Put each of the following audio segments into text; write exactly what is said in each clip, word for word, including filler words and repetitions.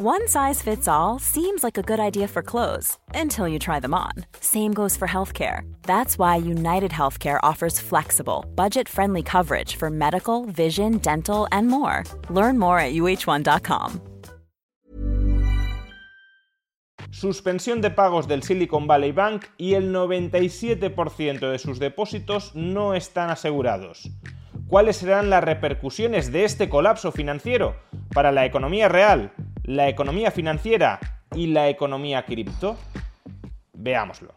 One size fits all seems like a good idea for clothes until you try them on. Same goes for healthcare. That's why United Healthcare offers flexible, budget-friendly coverage for medical, vision, dental, and more. Learn more at U H one dot com. Suspensión de pagos del Silicon Valley Bank y el noventa y siete por ciento de sus depósitos no están asegurados. ¿Cuáles serán las repercusiones de este colapso financiero para la economía real, la economía financiera y la economía cripto? Veámoslo.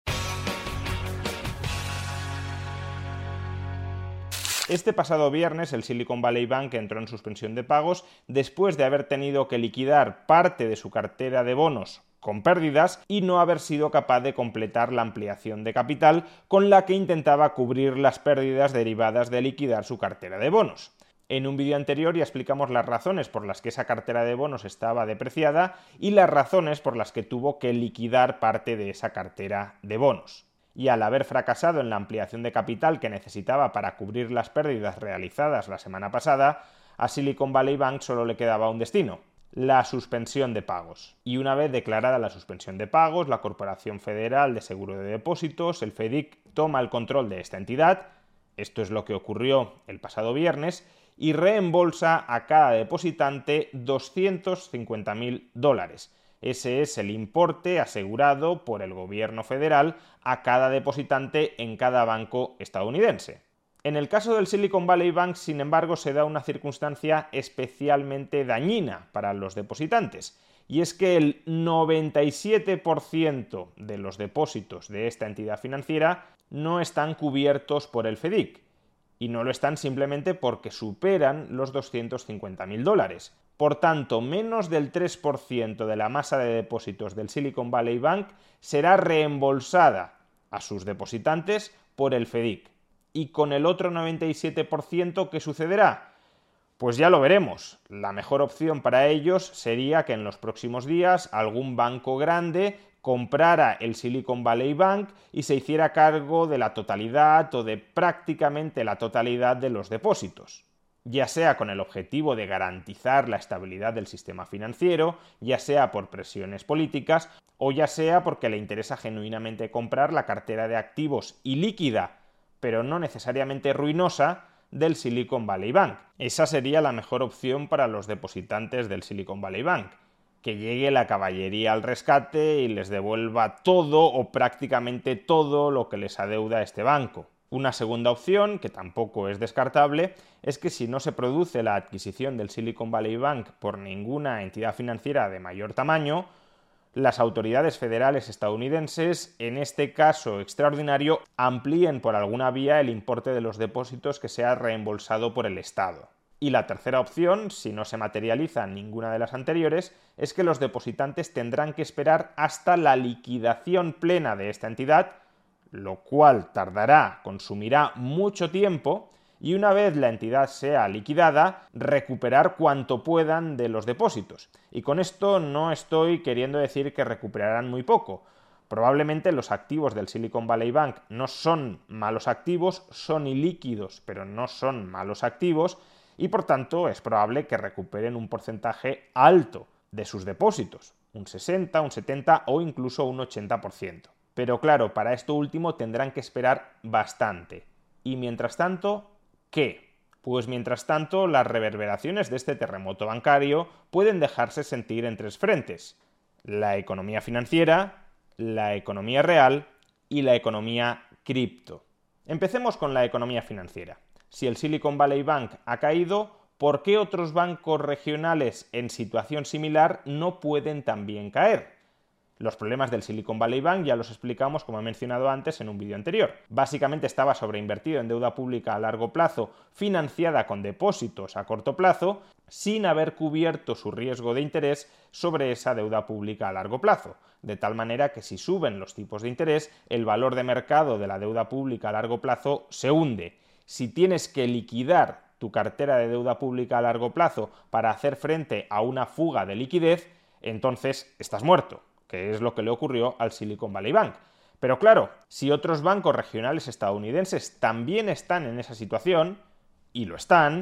Este pasado viernes el Silicon Valley Bank entró en suspensión de pagos después de haber tenido que liquidar parte de su cartera de bonos con pérdidas y no haber sido capaz de completar la ampliación de capital con la que intentaba cubrir las pérdidas derivadas de liquidar su cartera de bonos. En un vídeo anterior ya explicamos las razones por las que esa cartera de bonos estaba depreciada y las razones por las que tuvo que liquidar parte de esa cartera de bonos. Y al haber fracasado en la ampliación de capital que necesitaba para cubrir las pérdidas realizadas la semana pasada, a Silicon Valley Bank solo le quedaba un destino: la suspensión de pagos. Y una vez declarada la suspensión de pagos, la Corporación Federal de Seguro de Depósitos, el F E D I C, toma el control de esta entidad. Esto es lo que ocurrió el pasado viernes, y reembolsa a cada depositante doscientos cincuenta mil dólares. Ese es el importe asegurado por el gobierno federal a cada depositante en cada banco estadounidense. En el caso del Silicon Valley Bank, sin embargo, se da una circunstancia especialmente dañina para los depositantes, y es que el noventa y siete por ciento de los depósitos de esta entidad financiera no están cubiertos por el F E D I C, y no lo están simplemente porque superan los doscientos cincuenta mil dólares. Por tanto, menos del tres por ciento de la masa de depósitos del Silicon Valley Bank será reembolsada a sus depositantes por el F E D I C. ¿Y con el otro noventa y siete por ciento qué sucederá? Pues ya lo veremos. La mejor opción para ellos sería que en los próximos días algún banco grande comprara el Silicon Valley Bank y se hiciera cargo de la totalidad o de prácticamente la totalidad de los depósitos, ya sea con el objetivo de garantizar la estabilidad del sistema financiero, ya sea por presiones políticas o ya sea porque le interesa genuinamente comprar la cartera de activos ilíquida, pero no necesariamente ruinosa, del Silicon Valley Bank. Esa sería la mejor opción para los depositantes del Silicon Valley Bank: que llegue la caballería al rescate y les devuelva todo o prácticamente todo lo que les adeuda este banco. Una segunda opción, que tampoco es descartable, es que si no se produce la adquisición del Silicon Valley Bank por ninguna entidad financiera de mayor tamaño, las autoridades federales estadounidenses, en este caso extraordinario, amplíen por alguna vía el importe de los depósitos que sea reembolsado por el Estado. Y la tercera opción, si no se materializa ninguna de las anteriores, es que los depositantes tendrán que esperar hasta la liquidación plena de esta entidad, lo cual tardará, consumirá mucho tiempo, y una vez la entidad sea liquidada, recuperar cuanto puedan de los depósitos. Y con esto no estoy queriendo decir que recuperarán muy poco. Probablemente los activos del Silicon Valley Bank no son malos activos, son ilíquidos, pero no son malos activos, y por tanto es probable que recuperen un porcentaje alto de sus depósitos, un sesenta, un setenta o incluso un ochenta por ciento. Pero claro, para esto último tendrán que esperar bastante. Y mientras tanto, ¿qué? Pues mientras tanto, las reverberaciones de este terremoto bancario pueden dejarse sentir en tres frentes: la economía financiera, la economía real y la economía cripto. Empecemos con la economía financiera. Si el Silicon Valley Bank ha caído, ¿por qué otros bancos regionales en situación similar no pueden también caer? Los problemas del Silicon Valley Bank ya los explicamos, como he mencionado antes, en un vídeo anterior. Básicamente estaba sobreinvertido en deuda pública a largo plazo, financiada con depósitos a corto plazo, sin haber cubierto su riesgo de interés sobre esa deuda pública a largo plazo. De tal manera que si suben los tipos de interés, el valor de mercado de la deuda pública a largo plazo se hunde. Si tienes que liquidar tu cartera de deuda pública a largo plazo para hacer frente a una fuga de liquidez, entonces estás muerto, que es lo que le ocurrió al Silicon Valley Bank. Pero claro, si otros bancos regionales estadounidenses también están en esa situación, y lo están,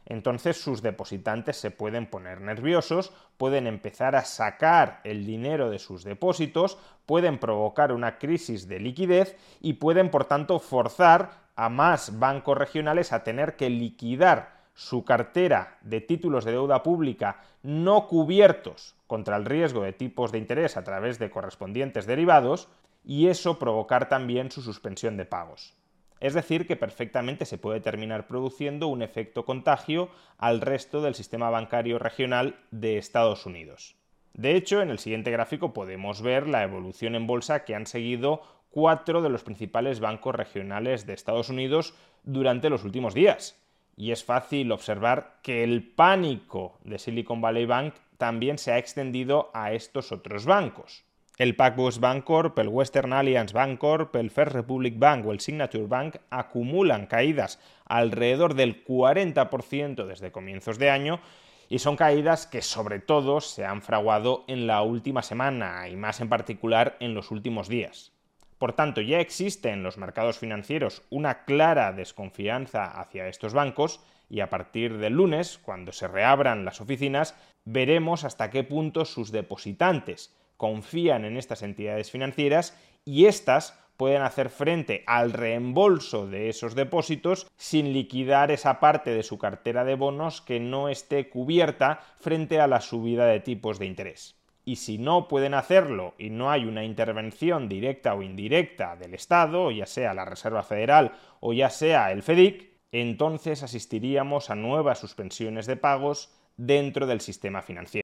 entonces sus depositantes se pueden poner nerviosos, pueden empezar a sacar el dinero de sus depósitos, pueden provocar una crisis de liquidez y pueden, por tanto, forzar a más bancos regionales a tener que liquidar su cartera de títulos de deuda pública no cubiertos contra el riesgo de tipos de interés a través de correspondientes derivados, y eso provocar también su suspensión de pagos. Es decir, que perfectamente se puede terminar produciendo un efecto contagio al resto del sistema bancario regional de Estados Unidos. De hecho, en el siguiente gráfico podemos ver la evolución en bolsa que han seguido cuatro de los principales bancos regionales de Estados Unidos durante los últimos días. Y es fácil observar que el pánico de Silicon Valley Bank también se ha extendido a estos otros bancos. El PacWest Bancorp, el Western Alliance Bancorp, el First Republic Bank o el Signature Bank acumulan caídas alrededor del cuarenta por ciento desde comienzos de año, y son caídas que sobre todo se han fraguado en la última semana y más en particular en los últimos días. Por tanto, ya existe en los mercados financieros una clara desconfianza hacia estos bancos, y a partir del lunes, cuando se reabran las oficinas, veremos hasta qué punto sus depositantes confían en estas entidades financieras y éstas pueden hacer frente al reembolso de esos depósitos sin liquidar esa parte de su cartera de bonos que no esté cubierta frente a la subida de tipos de interés. Y si no pueden hacerlo y no hay una intervención directa o indirecta del Estado, ya sea la Reserva Federal o ya sea el FEDIC, entonces asistiríamos a nuevas suspensiones de pagos dentro del sistema financiero.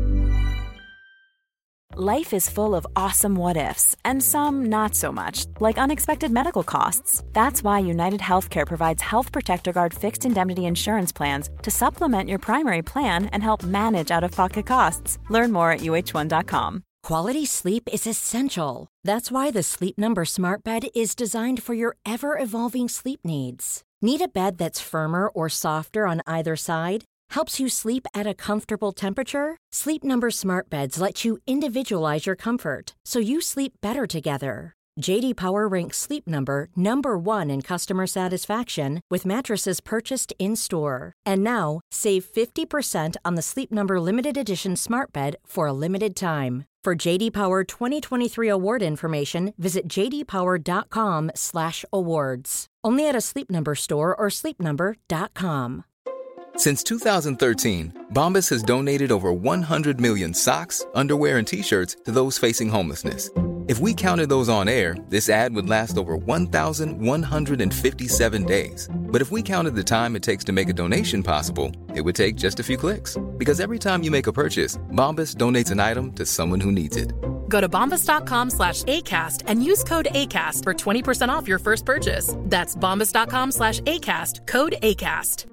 Life is full of awesome what-ifs, and some not so much, like unexpected medical costs. That's why United Healthcare provides Health Protector Guard fixed indemnity insurance plans to supplement your primary plan and help manage out-of-pocket costs. Learn more at U H one dot com. Quality sleep is essential. That's why the Sleep Number Smart Bed is designed for your ever-evolving sleep needs. Need a bed that's firmer or softer on either side? Helps you sleep at a comfortable temperature? Sleep Number Smart Beds let you individualize your comfort, so you sleep better together. J D Power ranks Sleep Number number one in customer satisfaction with mattresses purchased in-store. And now, save fifty percent on the Sleep Number Limited Edition Smart Bed for a limited time. For J D Power twenty twenty-three award information, visit j d power dot com slash awards. Only at a Sleep Number store or sleep number dot com. Since two thousand thirteen, Bombas has donated over one hundred million socks, underwear, and T-shirts to those facing homelessness. If we counted those on air, this ad would last over one thousand one hundred fifty-seven days. But if we counted the time it takes to make a donation possible, it would take just a few clicks. Because every time you make a purchase, Bombas donates an item to someone who needs it. Go to bombas.com slash ACAST and use code ACAST for twenty percent off your first purchase. That's bombas.com slash ACAST, code ACAST.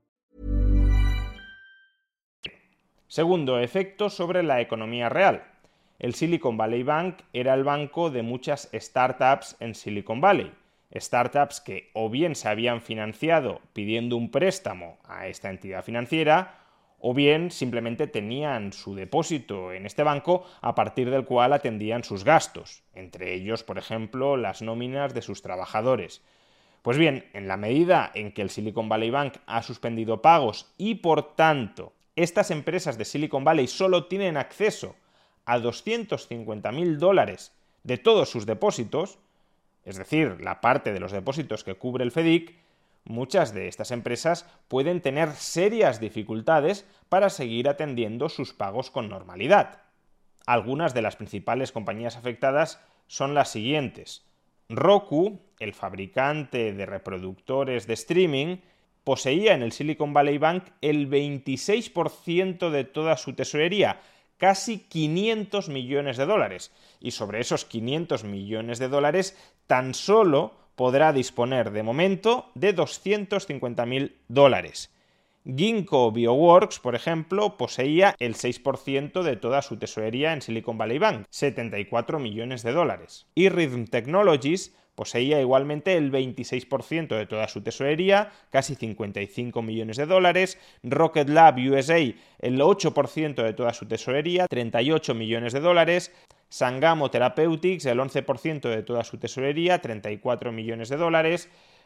Segundo efecto sobre la economía real. El Silicon Valley Bank era el banco de muchas startups en Silicon Valley. Startups que o bien se habían financiado pidiendo un préstamo a esta entidad financiera, o bien simplemente tenían su depósito en este banco a partir del cual atendían sus gastos, entre ellos, por ejemplo, las nóminas de sus trabajadores. Pues bien, en la medida en que el Silicon Valley Bank ha suspendido pagos y, por tanto, estas empresas de Silicon Valley solo tienen acceso a doscientos cincuenta mil dólares de todos sus depósitos, es decir, la parte de los depósitos que cubre el FEDIC, muchas de estas empresas pueden tener serias dificultades para seguir atendiendo sus pagos con normalidad. Algunas de las principales compañías afectadas son las siguientes. Roku, el fabricante de reproductores de streaming, poseía en el Silicon Valley Bank el veintiséis por ciento de toda su tesorería, casi quinientos millones de dólares. Y sobre esos quinientos millones de dólares, tan solo podrá disponer de momento de doscientos cincuenta mil dólares. Ginkgo Bioworks, por ejemplo, poseía el seis por ciento de toda su tesorería en Silicon Valley Bank, setenta y cuatro millones de dólares. Y Rhythm Technologies poseía igualmente el veintiséis por ciento de toda su tesorería, casi cincuenta y cinco millones de dólares. Rocket Lab U S A, el ocho por ciento de toda su tesorería, treinta y ocho millones de dólares. Sangamo Therapeutics, el once por ciento de toda su tesorería, treinta y cuatro millones de dólares.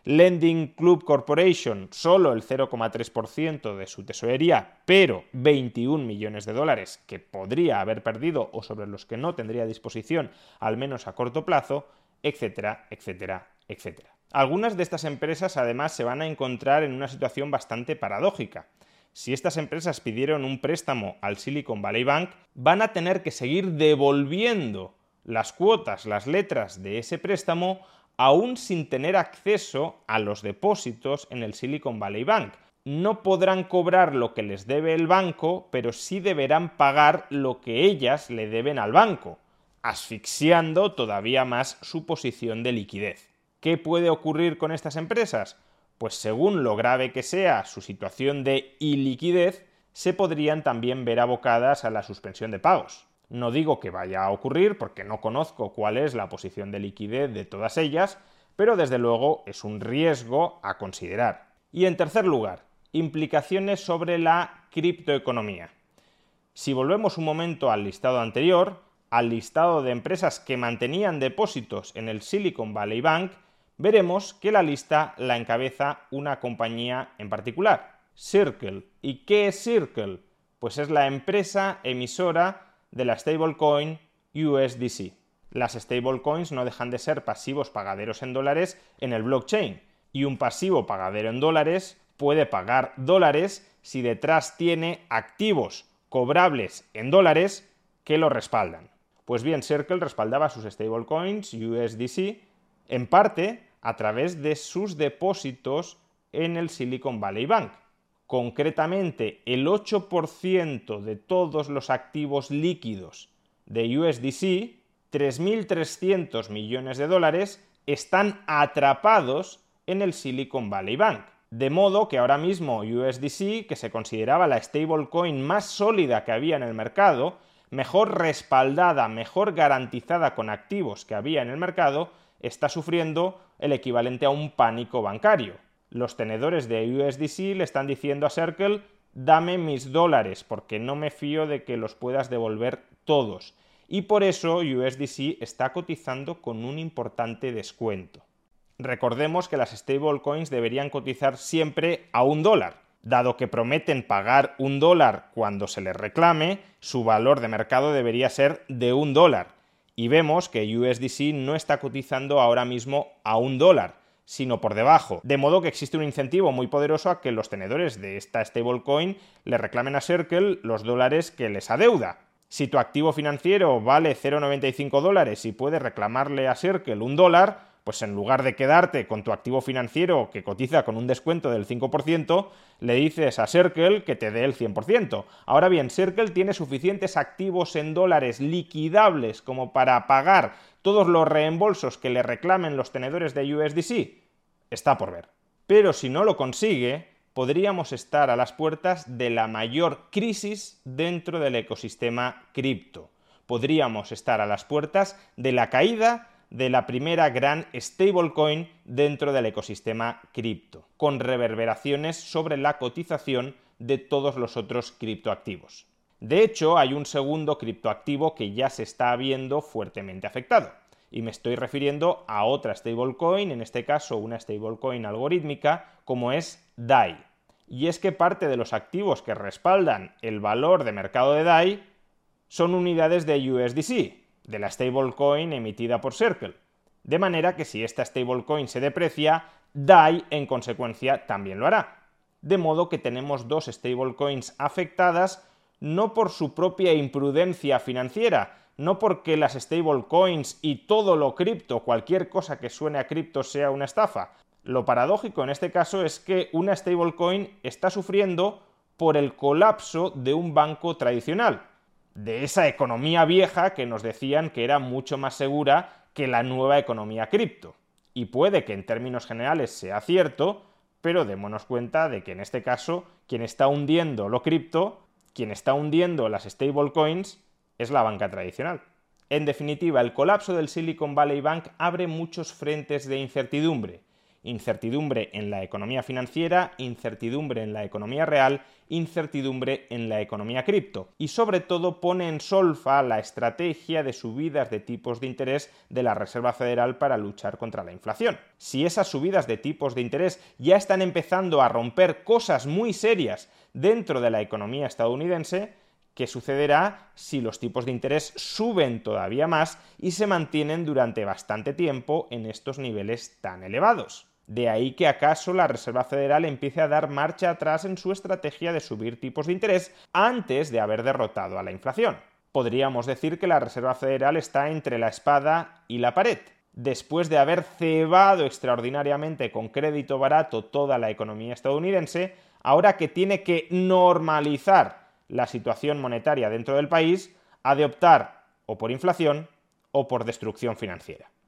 Lending Club Corporation, solo el cero coma tres por ciento de su tesorería, pero veintiún millones de dólares que podría haber perdido o sobre los que no tendría disposición, al menos a corto plazo, etcétera, etcétera, etcétera. Algunas de estas empresas además se van a encontrar en una situación bastante paradójica. Si estas empresas pidieron un préstamo al Silicon Valley Bank, van a tener que seguir devolviendo las cuotas, las letras de ese préstamo, aún sin tener acceso a los depósitos en el Silicon Valley Bank. No podrán cobrar lo que les debe el banco, pero sí deberán pagar lo que ellas le deben al banco, asfixiando todavía más su posición de liquidez. ¿Qué puede ocurrir con estas empresas? Pues según lo grave que sea su situación de iliquidez, se podrían también ver abocadas a la suspensión de pagos. No digo que vaya a ocurrir porque no conozco cuál es la posición de liquidez de todas ellas, pero desde luego es un riesgo a considerar. Y en tercer lugar, implicaciones sobre la criptoeconomía. Si volvemos un momento al listado anterior, al listado de empresas que mantenían depósitos en el Silicon Valley Bank, veremos que la lista la encabeza una compañía en particular, Circle. ¿Y qué es Circle? Pues es la empresa emisora de la stablecoin U S D C. Las stablecoins no dejan de ser pasivos pagaderos en dólares en el blockchain, y un pasivo pagadero en dólares puede pagar dólares si detrás tiene activos cobrables en dólares que lo respaldan. Pues bien, Circle respaldaba sus stablecoins U S D C en parte a través de sus depósitos en el Silicon Valley Bank. Concretamente, el ocho por ciento de todos los activos líquidos de U S D C, tres mil trescientos millones de dólares, están atrapados en el Silicon Valley Bank. De modo que ahora mismo U S D C, que se consideraba la stablecoin más sólida que había en el mercado, mejor respaldada, mejor garantizada con activos que había en el mercado, está sufriendo el equivalente a un pánico bancario. Los tenedores de U S D C le están diciendo a Circle: dame mis dólares, porque no me fío de que los puedas devolver todos. Y por eso U S D C está cotizando con un importante descuento. Recordemos que las stablecoins deberían cotizar siempre a un dólar. Dado que prometen pagar un dólar cuando se les reclame, su valor de mercado debería ser de un dólar. Y vemos que U S D C no está cotizando ahora mismo a un dólar, sino por debajo. De modo que existe un incentivo muy poderoso a que los tenedores de esta stablecoin le reclamen a Circle los dólares que les adeuda. Si tu activo financiero vale cero coma noventa y cinco dólares y puedes reclamarle a Circle un dólar, pues en lugar de quedarte con tu activo financiero que cotiza con un descuento del cinco por ciento, le dices a Circle que te dé el cien por ciento. Ahora bien, Circle tiene suficientes activos en dólares liquidables como para pagar todos los reembolsos que le reclamen los tenedores de U S D C. Está por ver. Pero si no lo consigue, podríamos estar a las puertas de la mayor crisis dentro del ecosistema cripto. Podríamos estar a las puertas de la caída de la primera gran stablecoin dentro del ecosistema cripto, con reverberaciones sobre la cotización de todos los otros criptoactivos. De hecho, hay un segundo criptoactivo que ya se está viendo fuertemente afectado, y me estoy refiriendo a otra stablecoin, en este caso una stablecoin algorítmica, como es D A I. Y es que parte de los activos que respaldan el valor de mercado de D A I son unidades de U S D C, de la stablecoin emitida por Circle. De manera que si esta stablecoin se deprecia, D A I en consecuencia también lo hará. De modo que tenemos dos stablecoins afectadas no por su propia imprudencia financiera, no porque las stablecoins y todo lo cripto, cualquier cosa que suene a cripto, sea una estafa. Lo paradójico en este caso es que una stablecoin está sufriendo por el colapso de un banco tradicional, de esa economía vieja que nos decían que era mucho más segura que la nueva economía cripto. Y puede que en términos generales sea cierto, pero démonos cuenta de que en este caso quien está hundiendo lo cripto, quien está hundiendo las stablecoins, es la banca tradicional. En definitiva, el colapso del Silicon Valley Bank abre muchos frentes de incertidumbre, Incertidumbre en la economía financiera, incertidumbre en la economía real, incertidumbre en la economía cripto. Y sobre todo pone en solfa la estrategia de subidas de tipos de interés de la Reserva Federal para luchar contra la inflación. Si esas subidas de tipos de interés ya están empezando a romper cosas muy serias dentro de la economía estadounidense, ¿qué sucederá si los tipos de interés suben todavía más y se mantienen durante bastante tiempo en estos niveles tan elevados? De ahí que acaso la Reserva Federal empiece a dar marcha atrás en su estrategia de subir tipos de interés antes de haber derrotado a la inflación. Podríamos decir que la Reserva Federal está entre la espada y la pared. Después de haber cebado extraordinariamente con crédito barato toda la economía estadounidense, ahora que tiene que normalizar la situación monetaria dentro del país, ha de optar o por inflación o por destrucción financiera.